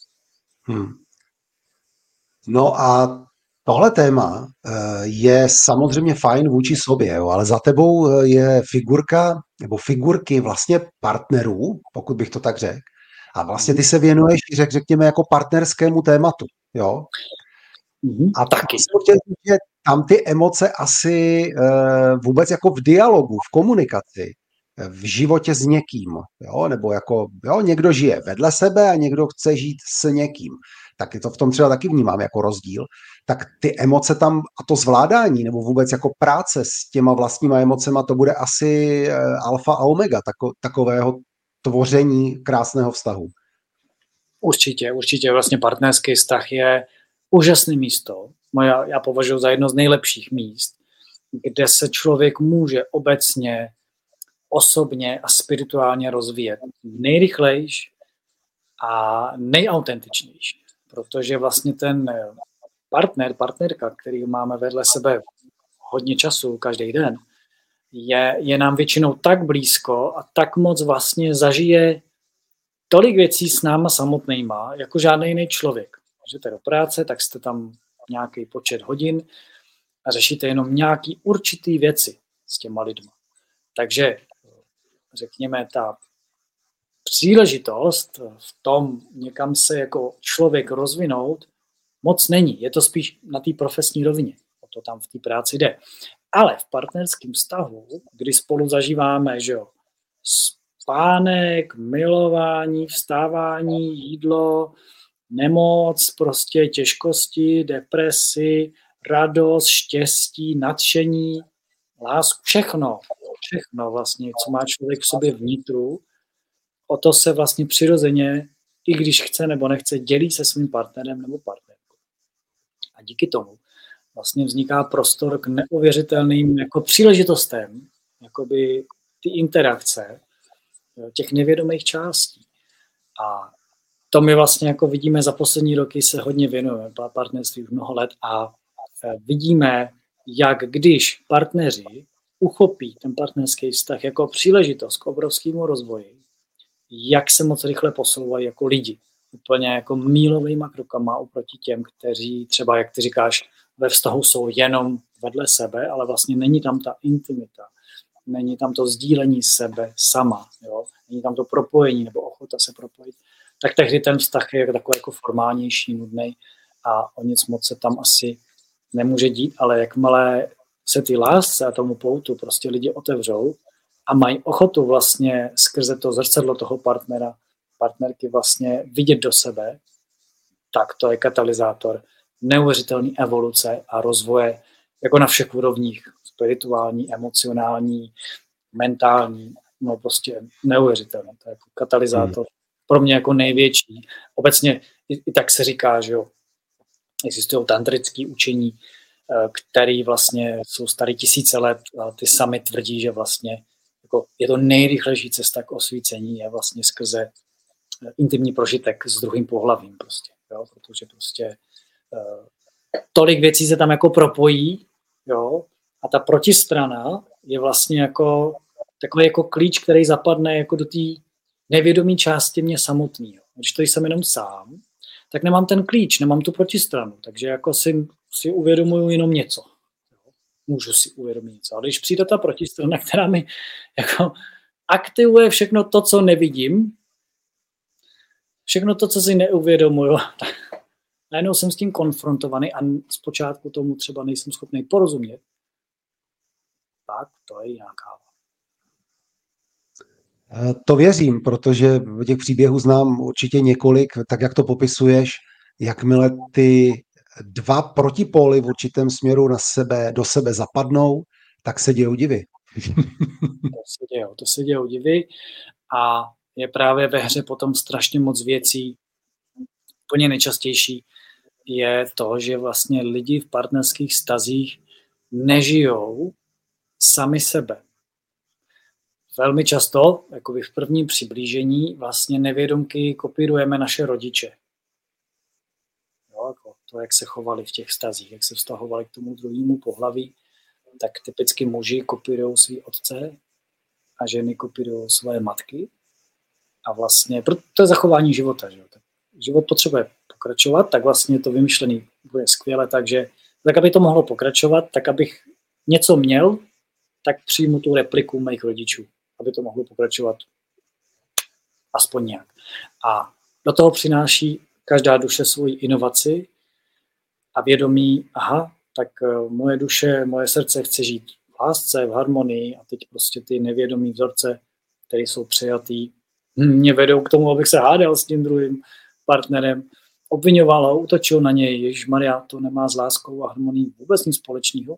No a tohle téma je samozřejmě fajn vůči sobě, jo, ale za tebou je figurka nebo figurky vlastně partnerů, pokud bych to tak řekl. A vlastně ty se věnuješ, řekněme, jako partnerskému tématu, jo? A taky. Že tam ty emoce asi vůbec jako v dialogu, v komunikaci, v životě s někým, jo? Nebo jako někdo žije vedle sebe a někdo chce žít s někým. Tak to v tom třeba taky vnímám jako rozdíl. Tak ty emoce tam a to zvládání nebo vůbec jako práce s těma vlastníma emocema, to bude asi alfa a omega takového tvoření krásného vztahu. Určitě. Vlastně partnerský vztah je úžasné místo. Já považuji za jedno z nejlepších míst, kde se člověk může obecně, osobně a spirituálně rozvíjet nejrychlejší a nejautentičnější. Protože vlastně ten partnerka, který máme vedle sebe hodně času, každý den, je nám většinou tak blízko a tak moc vlastně zažije tolik věcí s náma samotnýma, jako žádný jiný člověk. Jdete do práce, tak jste tam nějaký počet hodin a řešíte jenom nějaký určitý věci s těma lidma. Takže řekněme, ta příležitost v tom někam se jako člověk rozvinout moc není. Je to spíš na té profesní rovině. O to tam v té práci jde. Ale v partnerském vztahu, kdy spolu zažíváme, že jo, spánek, milování, vstávání, jídlo, nemoc, prostě těžkosti, depresi, radost, štěstí, nadšení, lásku, všechno vlastně, co má člověk v sobě vnitru, o to se vlastně přirozeně, i když chce nebo nechce, dělí se svým partnerem nebo partnerkou. A díky tomu vlastně vzniká prostor k neuvěřitelným jako příležitostem, jakoby ty interakce těch nevědomých částí. A to my vlastně jako vidíme za poslední roky se hodně věnujeme partnerství už mnoho let a vidíme, jak když partneři uchopí ten partnerský vztah jako příležitost k obrovskému rozvoji, jak se moc rychle posouvají jako lidi. Úplně jako mílovýma krokama oproti těm, kteří třeba, jak ty říkáš, ve vztahu jsou jenom vedle sebe, ale vlastně není tam ta intimita, není tam to sdílení sebe sama, jo? Není tam to propojení nebo ochota se propojit. Tak tehdy ten vztah je takový jako formálnější, nudnej a o nic moc se tam asi nemůže dít, ale jakmile se ty lásce a tomu poutu prostě lidi otevřou a mají ochotu vlastně skrze to zrcadlo toho partnerky vlastně vidět do sebe, tak to je katalyzátor neuvěřitelné evoluce a rozvoje jako na všech úrovních, spirituální, emocionální, mentální, no prostě neuvěřitelné. To je jako katalyzátor pro mě jako největší. Obecně i tak se říká, že jo, existují tantrické učení, které vlastně jsou staré tisíce let a ty sami tvrdí, že vlastně jako je to nejrychlejší cesta k osvícení je vlastně skrze intimní prožitek s druhým pohlavím prostě, jo, protože prostě tolik věcí se tam jako propojí, jo, a ta protistrana je vlastně jako takový jako klíč, který zapadne jako do té nevědomé části mě samotného. Když to jsem jenom sám, tak nemám ten klíč, nemám tu protistranu, takže jako si uvědomuju jenom něco. Můžu si uvědomit něco. Ale když přijde ta protistrana, která mi jako aktivuje všechno to, co nevidím, všechno to, co si neuvědomuju, najednou jsem s tím konfrontovaný a zpočátku tomu třeba nejsem schopný porozumět, tak to je jiná káva. To věřím, protože těch příběhů znám určitě několik, tak jak to popisuješ, jakmile ty dva protipóly v určitém směru do sebe zapadnou, tak se dějou divy. To se dějou divy a je právě ve hře potom strašně moc věcí. Úplně nejčastější je to, že vlastně lidi v partnerských vztazích nežijou sami sebe. Velmi často, jakoby v prvním přiblížení, vlastně nevědomky kopírujeme naše rodiče. Jo, jako to, jak se chovali v těch vztazích, jak se vztahovali k tomu druhému pohlaví, tak typicky muži kopírují svý otce a ženy kopírují svoje matky. A vlastně, to je zachování života. Že? Život potřebuje pokračovat, tak vlastně to vymyšlený bude skvěle, takže tak, aby to mohlo pokračovat, tak abych něco měl, tak přijmu tu repliku mých rodičů, aby to mohlo pokračovat aspoň nějak. A do toho přináší každá duše svoji inovaci a vědomí, aha, tak moje duše, moje srdce chce žít v lásce, v harmonii a teď prostě ty nevědomí vzorce, které jsou přijatý, mě vedou k tomu, abych se hádal s tím druhým partnerem, obvinoval ho, útočil na něj, ježišmarja, to nemá s láskou a harmonií vůbec nic společného.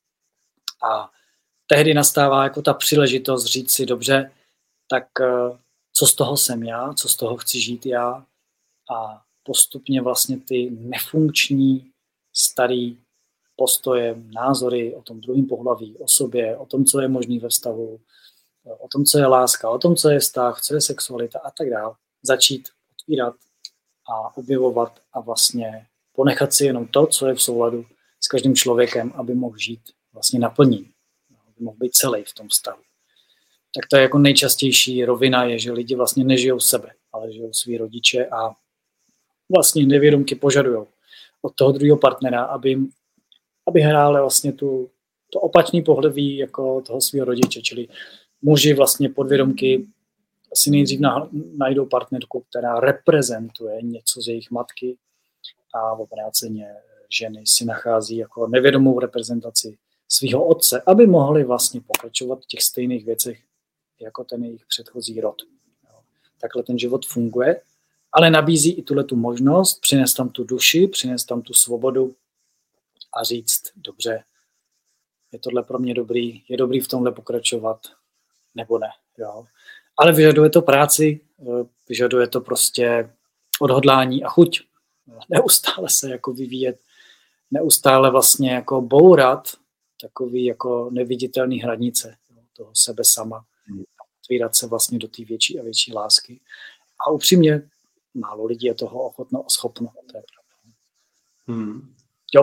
A tehdy nastává jako ta příležitost říct si, dobře, tak co z toho jsem já, co z toho chci žít já a postupně vlastně ty nefunkční starý postoje, názory o tom druhém pohlaví, o sobě, o tom, co je možný ve vztahu, o tom, co je láska, o tom, co je vztah, co je sexualita a tak dále, začít otvírat a objevovat a vlastně ponechat si jenom to, co je v souladu s každým člověkem, aby mohl žít vlastně naplnění, aby mohl být celý v tom vztahu. Tak to je jako nejčastější rovina, je, že lidi vlastně nežijou sebe, ale žijou svý rodiče a vlastně nevědomky požadují od toho druhého partnera, aby hráli vlastně to opačný pohlaví jako toho svého rodiče, čili muži vlastně podvědomky si nejdřív najdou partnerku, která reprezentuje něco z jejich matky a v obráceně ženy si nachází jako nevědomou reprezentaci svého otce, aby mohli vlastně pokračovat v těch stejných věcech jako ten jejich předchozí rod. Takhle ten život funguje, ale nabízí i tu možnost přinést tam tu duši, přinést tam tu svobodu a říct, dobře, je tohle pro mě dobrý, je dobrý v tomhle pokračovat, nebo ne. Jo. Ale vyžaduje to práci, vyžaduje to prostě odhodlání a chuť. Neustále se jako vyvíjet, neustále vlastně jako bourat takový jako neviditelný hranice toho sebe sama. Otvírat se vlastně do té větší a větší lásky. A upřímně, málo lidí je toho ochotno a schopno. To je pravda. Jo,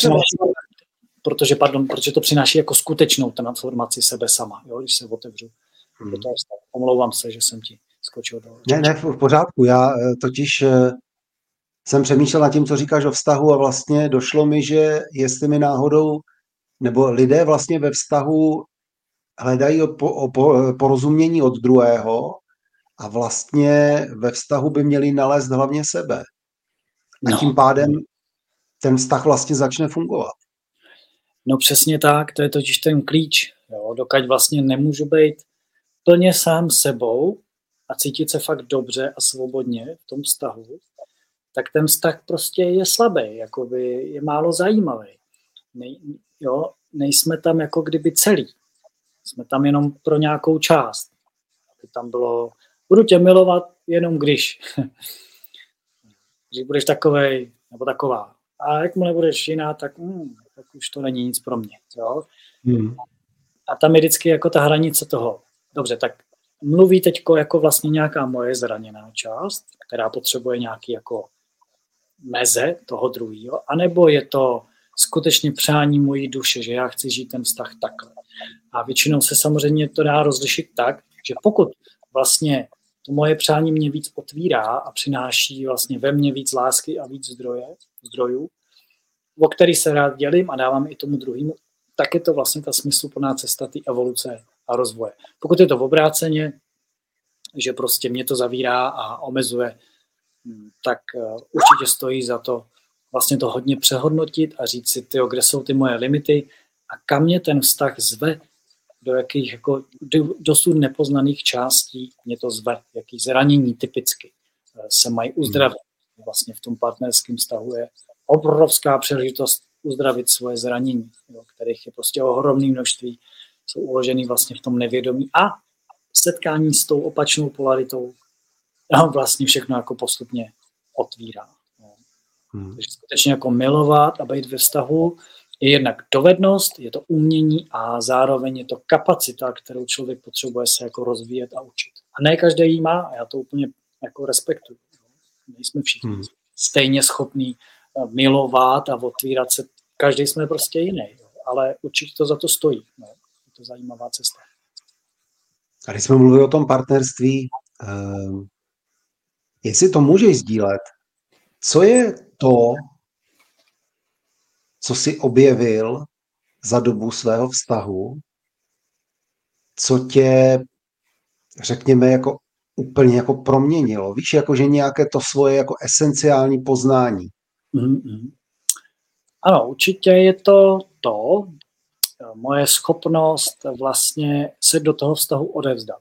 protože to přináší jako skutečnou transformaci sebe sama, jo, když se otevřu. Omlouvám se, že jsem ti skočil do... Ne, v pořádku. Já totiž jsem přemýšlel nad tím, co říkáš o vztahu a vlastně došlo mi, že jestli mi náhodou, nebo lidé vlastně ve vztahu hledají porozumění od druhého a vlastně ve vztahu by měli nalézt hlavně sebe. A tím pádem ten vztah vlastně začne fungovat. No přesně tak, to je totiž ten klíč. Jo? Dokud vlastně nemůžu být plně sám sebou a cítit se fakt dobře a svobodně v tom vztahu, tak ten vztah prostě je slabý, jakoby je málo zajímavý. Nejsme tam jako kdyby celý. Jsme tam jenom pro nějakou část. Aby tam bylo, budu tě milovat jenom když. Když budeš takovej nebo taková. A jak mu nebudeš jiná, tak už to není nic pro mě. Jo? A tam je vždycky jako ta hranice toho. Dobře, tak mluví teďko jako vlastně nějaká moje zraněná část, která potřebuje nějaký jako meze toho druhého, anebo je to skutečně přání mojí duše, že já chci žít ten vztah takhle. A většinou se samozřejmě to dá rozlišit tak, že pokud vlastně to moje přání mě víc otvírá a přináší vlastně ve mně víc lásky a víc zdrojů, o který se rád dělím a dávám i tomu druhému, tak je to vlastně ta smysluplná cesta té evoluce a rozvoje. Pokud je to v obráceně, že prostě mě to zavírá a omezuje, tak určitě stojí za to vlastně to hodně přehodnotit a říct si, kde jsou ty moje limity a kam mě ten vztah zve, do jakých jako dosud nepoznaných částí mě to zve, jaký zranění typicky se mají uzdravit. Vlastně v tom partnerském vztahu je obrovská příležitost uzdravit svoje zranění, jo, kterých je prostě ohromné množství, jsou uložený vlastně v tom nevědomí a setkání s tou opačnou polaritou vlastně všechno jako postupně otvírá. Jo. Takže skutečně jako milovat a být ve vztahu je jednak dovednost, je to umění a zároveň je to kapacita, kterou člověk potřebuje se jako rozvíjet a učit. A ne každý ji má a já to úplně jako respektuju. Nejsme všichni stejně schopní milovat a otvírat se. Každý jsme prostě jiný, ale určitě to za to stojí. No. Je to zajímavá cesta. A když jsme mluvili o tom partnerství, jestli to můžeš sdílet, co je to, co jsi objevil za dobu svého vztahu, co tě, řekněme, jako úplně jako proměnilo? Víš, jako že nějaké to svoje jako esenciální poznání. Ano, určitě je to moje schopnost vlastně se do toho vztahu odevzdat.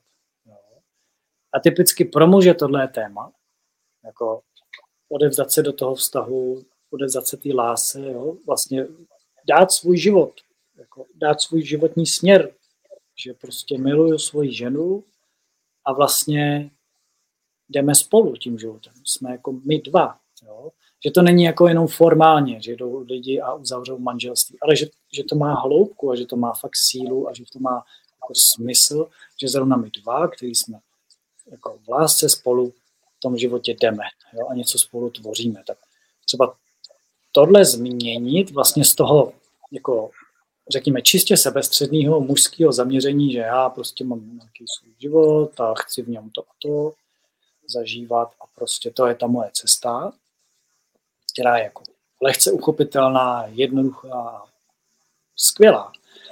A typicky pro muže tohle je téma, jako odevzdat se do toho vztahu, odevzdat se té lásce, jo? Vlastně dát svůj život, jako dát svůj životní směr, že prostě miluju svoji ženu a vlastně jdeme spolu tím životem. Jsme jako my dva. Jo? Že to není jako jenom formálně, že jdou lidi a uzavřou manželství, ale že to má hloubku a že to má fakt sílu a že to má jako smysl, že zrovna my dva, který jsme jako v lásce spolu v tom životě jdeme, jo? A něco spolu tvoříme. Tak třeba tohle změnit vlastně z toho jako řekněme čistě sebestředného mužského zaměření, že já prostě mám nějaký svůj život a chci v něm to a to zažívat a prostě to je ta moje cesta, která je jako lehce uchopitelná, jednoduchá, skvělá.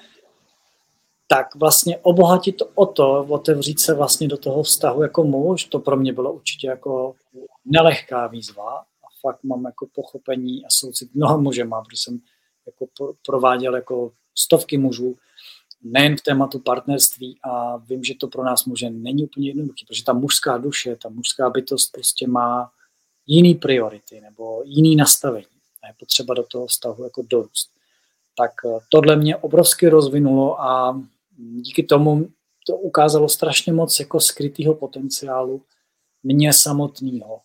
Tak vlastně obohatit to o to, otevřít se vlastně do toho vztahu jako muž, to pro mě bylo určitě jako nelehká výzva a fakt mám jako pochopení a soucit mnoha mužema, protože jsem jako prováděl jako stovky mužů, nejen v tématu partnerství a vím, že to pro nás muže není úplně jednoduché, protože ta mužská duše, ta mužská bytost prostě má jiný priority nebo jiný nastavení a je potřeba do toho vztahu jako dorůst. Tak tohle mě obrovsky rozvinulo a díky tomu to ukázalo strašně moc jako skrytého potenciálu mě samotného.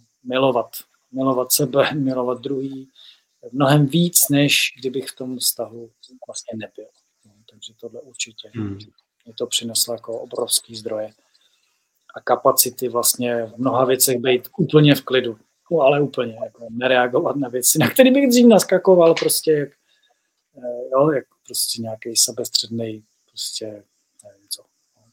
Milovat sebe, milovat druhý, mnohem víc, než kdybych v tom vztahu vlastně nebyl. Takže tohle určitě mě to přineslo jako obrovský zdroje a kapacity vlastně v mnoha věcech být úplně v klidu. No, ale úplně, jako nereagovat na věci, na které bych dřív naskakoval, prostě jak prostě nějaký sebestřednej, prostě nevím co.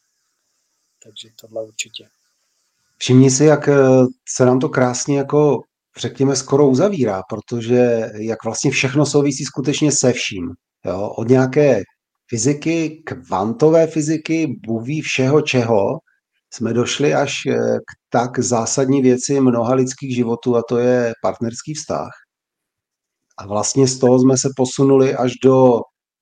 Takže tohle určitě. Všimni si, jak se nám to krásně jako řekněme skoro uzavírá, protože jak vlastně všechno souvisí skutečně se vším. Jo? Od nějaké fyziky, kvantové fyziky, Bůh ví všeho čeho, jsme došli až k tak zásadní věci mnoha lidských životů a to je partnerský vztah. A vlastně z toho jsme se posunuli až do,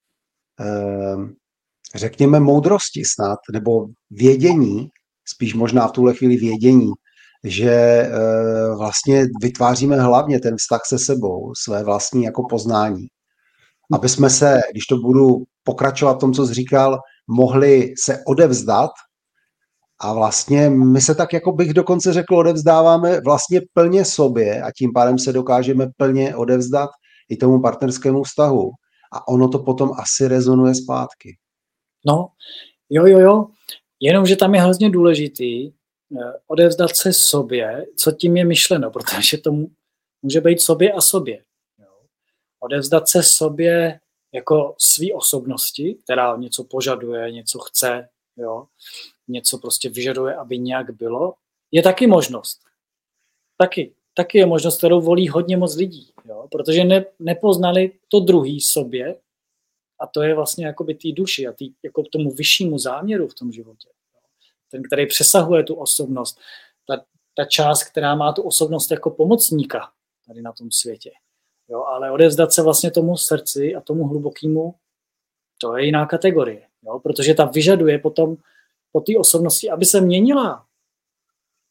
řekněme, moudrosti snad, nebo vědění, spíš možná v tuhle chvíli vědění, že vlastně vytváříme hlavně ten vztah se sebou, své vlastní jako poznání. Aby jsme se, když to budu pokračovat v tom, co jsi říkal, mohli se odevzdat a vlastně my se tak, jako bych dokonce řekl, odevzdáváme vlastně plně sobě a tím pádem se dokážeme plně odevzdat i tomu partnerskému vztahu. A ono to potom asi rezonuje zpátky. No, jo. Jenomže tam je hrozně důležitý odevzdat se sobě, co tím je myšleno, protože to může být sobě a sobě. Jo. Odevzdat se sobě jako svý osobnosti, která něco požaduje, něco chce, jo, něco prostě vyžaduje, aby nějak bylo, je taky možnost. Taky je možnost, kterou volí hodně moc lidí, jo, protože nepoznali to druhý sobě a to je vlastně jakoby té duši a jako k tomu vyššímu záměru v tom životě. Ten, který přesahuje tu osobnost, ta část, která má tu osobnost jako pomocníka tady na tom světě. Jo, ale odevzdat se vlastně tomu srdci a tomu hlubokému, to je jiná kategorie, jo, protože ta vyžaduje potom po té osobnosti, aby se měnila.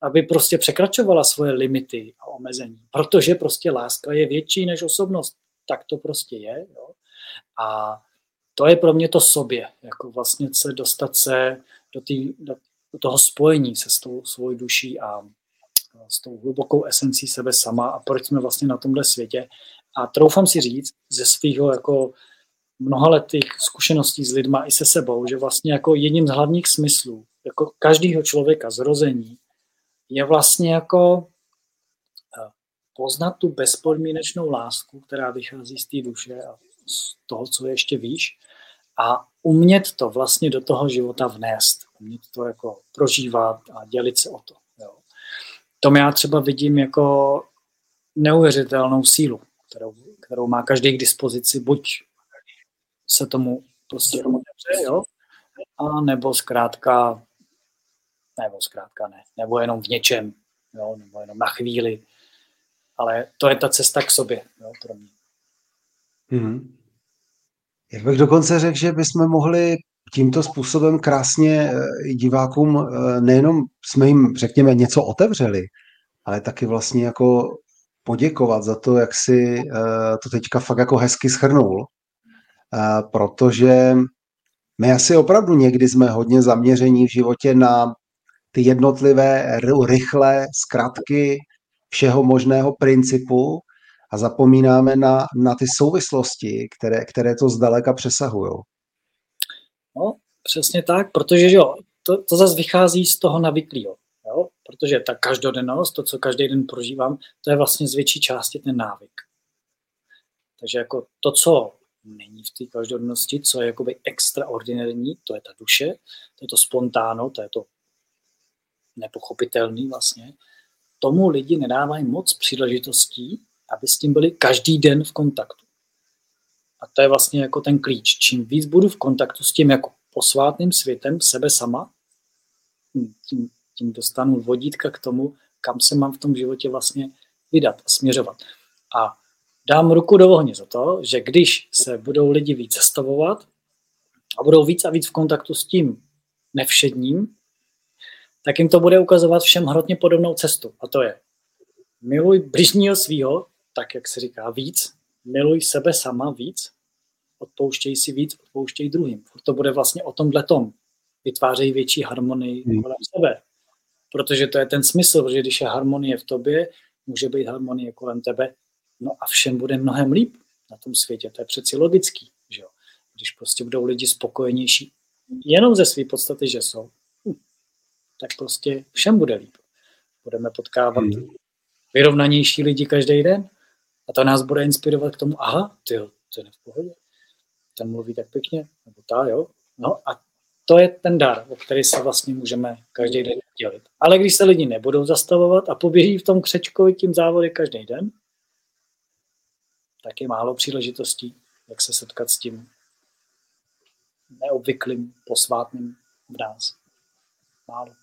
aby prostě překračovala svoje limity a omezení, protože prostě láska je větší než osobnost. Tak to prostě je. Jo? A to je pro mě to sobě, jako vlastně se dostat se do toho spojení se s tou svou duší a s tou hlubokou esencí sebe sama a proč jsme vlastně na tomhle světě. A troufám si říct ze svého jako mnohaletých zkušeností s lidma i se sebou, že vlastně jako jedním z hlavních smyslů jako každého člověka zrození je vlastně jako poznat tu bezpodmínečnou lásku, která vychází z té duše a z toho, co ještě víš, a umět to vlastně do toho života vnést, umět to jako prožívat a dělit se o to. Jo. To já třeba vidím jako neuvěřitelnou sílu, kterou má každý k dispozici, buď se tomu prostě otevře, jo, a nebo zkrátka ne, nebo jenom v něčem, jo, nebo jenom na chvíli, ale to je ta cesta k sobě, jo, pro mě. Já bych dokonce řekl, že bychom mohli tímto způsobem krásně divákům, nejenom jsme jim, řekněme, něco otevřeli, ale taky vlastně jako poděkovat za to, jak si to teďka fakt jako hezky shrnul, protože my asi opravdu někdy jsme hodně zaměření v životě na ty jednotlivé rychlé zkratky všeho možného principu a zapomínáme na ty souvislosti, které to zdaleka přesahují. No, přesně tak, protože jo, to zase vychází z toho navyklého, jo? Protože ta každodennost, to, co každý den prožívám, to je vlastně z větší části ten návyk. Takže jako to, co není v té každodennosti, co je jakoby extraordinární, to je ta duše, to je to spontánno, to je to nepochopitelný vlastně. Tomu lidi nedávají moc příležitostí, aby s tím byli každý den v kontaktu. A to je vlastně jako ten klíč. Čím víc budu v kontaktu s tím jako posvátným světem, sebe sama, tím dostanu vodítka k tomu, kam se mám v tom životě vlastně vydat a směřovat. A dám ruku do ohně za to, že když se budou lidi víc zastavovat a budou víc a víc v kontaktu s tím nevšedním, tak jim to bude ukazovat všem hrozně podobnou cestu. A to je miluj bližního svýho, tak jak se říká víc, miluj sebe sama víc, odpouštěj si víc, odpouštěj druhým. To bude vlastně o tomhletom. Vytvářejí větší harmonii kolem sebe. Protože to je ten smysl, že když je harmonie v tobě, může být harmonie kolem tebe, no a všem bude mnohem líp na tom světě. To je přeci logický, že jo? Když prostě budou lidi spokojenější jenom ze své podstaty, že jsou, tak prostě všem bude líp. Budeme potkávat vyrovnanější lidi každý den a to nás bude inspirovat k tomu, aha, tyjo, to je v pohodě. Ten mluví tak pěkně, nebo ta, jo. No a to je ten dar, o který se vlastně můžeme každý den dělit. Ale když se lidi nebudou zastavovat a poběží v tom křečkovi tím závody každý den, tak je málo příležitostí, jak se setkat s tím neobvyklým, posvátným v nás. Málo.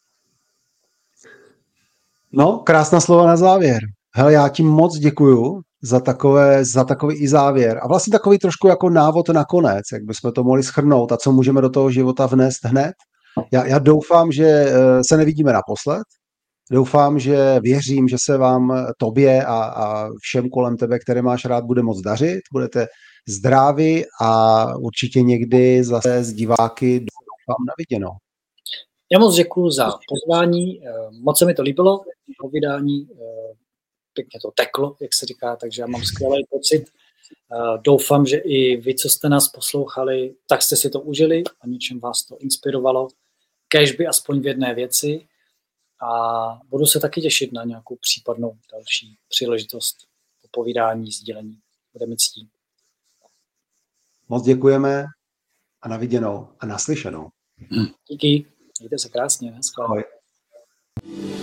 No, krásná slova na závěr. Hele, já ti moc děkuju za takový i závěr. A vlastně takový trošku jako návod na konec, jak bychom to mohli shrnout a co můžeme do toho života vnést hned. Já doufám, že se nevidíme naposled. Doufám, že věřím, že se vám, tobě a všem kolem tebe, které máš rád, bude moc dařit. Budete zdraví a určitě někdy zase s diváky doufám na viděnou. Já moc děkuju za pozvání, moc se mi to líbilo, povídání, pěkně to teklo, jak se říká, takže já mám skvělý pocit. Doufám, že i vy, co jste nás poslouchali, tak jste si to užili a něčem vás to inspirovalo. Kéž by aspoň v jedné věci a budu se taky těšit na nějakou případnou další příležitost povídání, sdělení. Bude mi ctí. Moc děkujeme a na viděnou a naslyšenou. Díky. Mějte se krásně. Ahoj.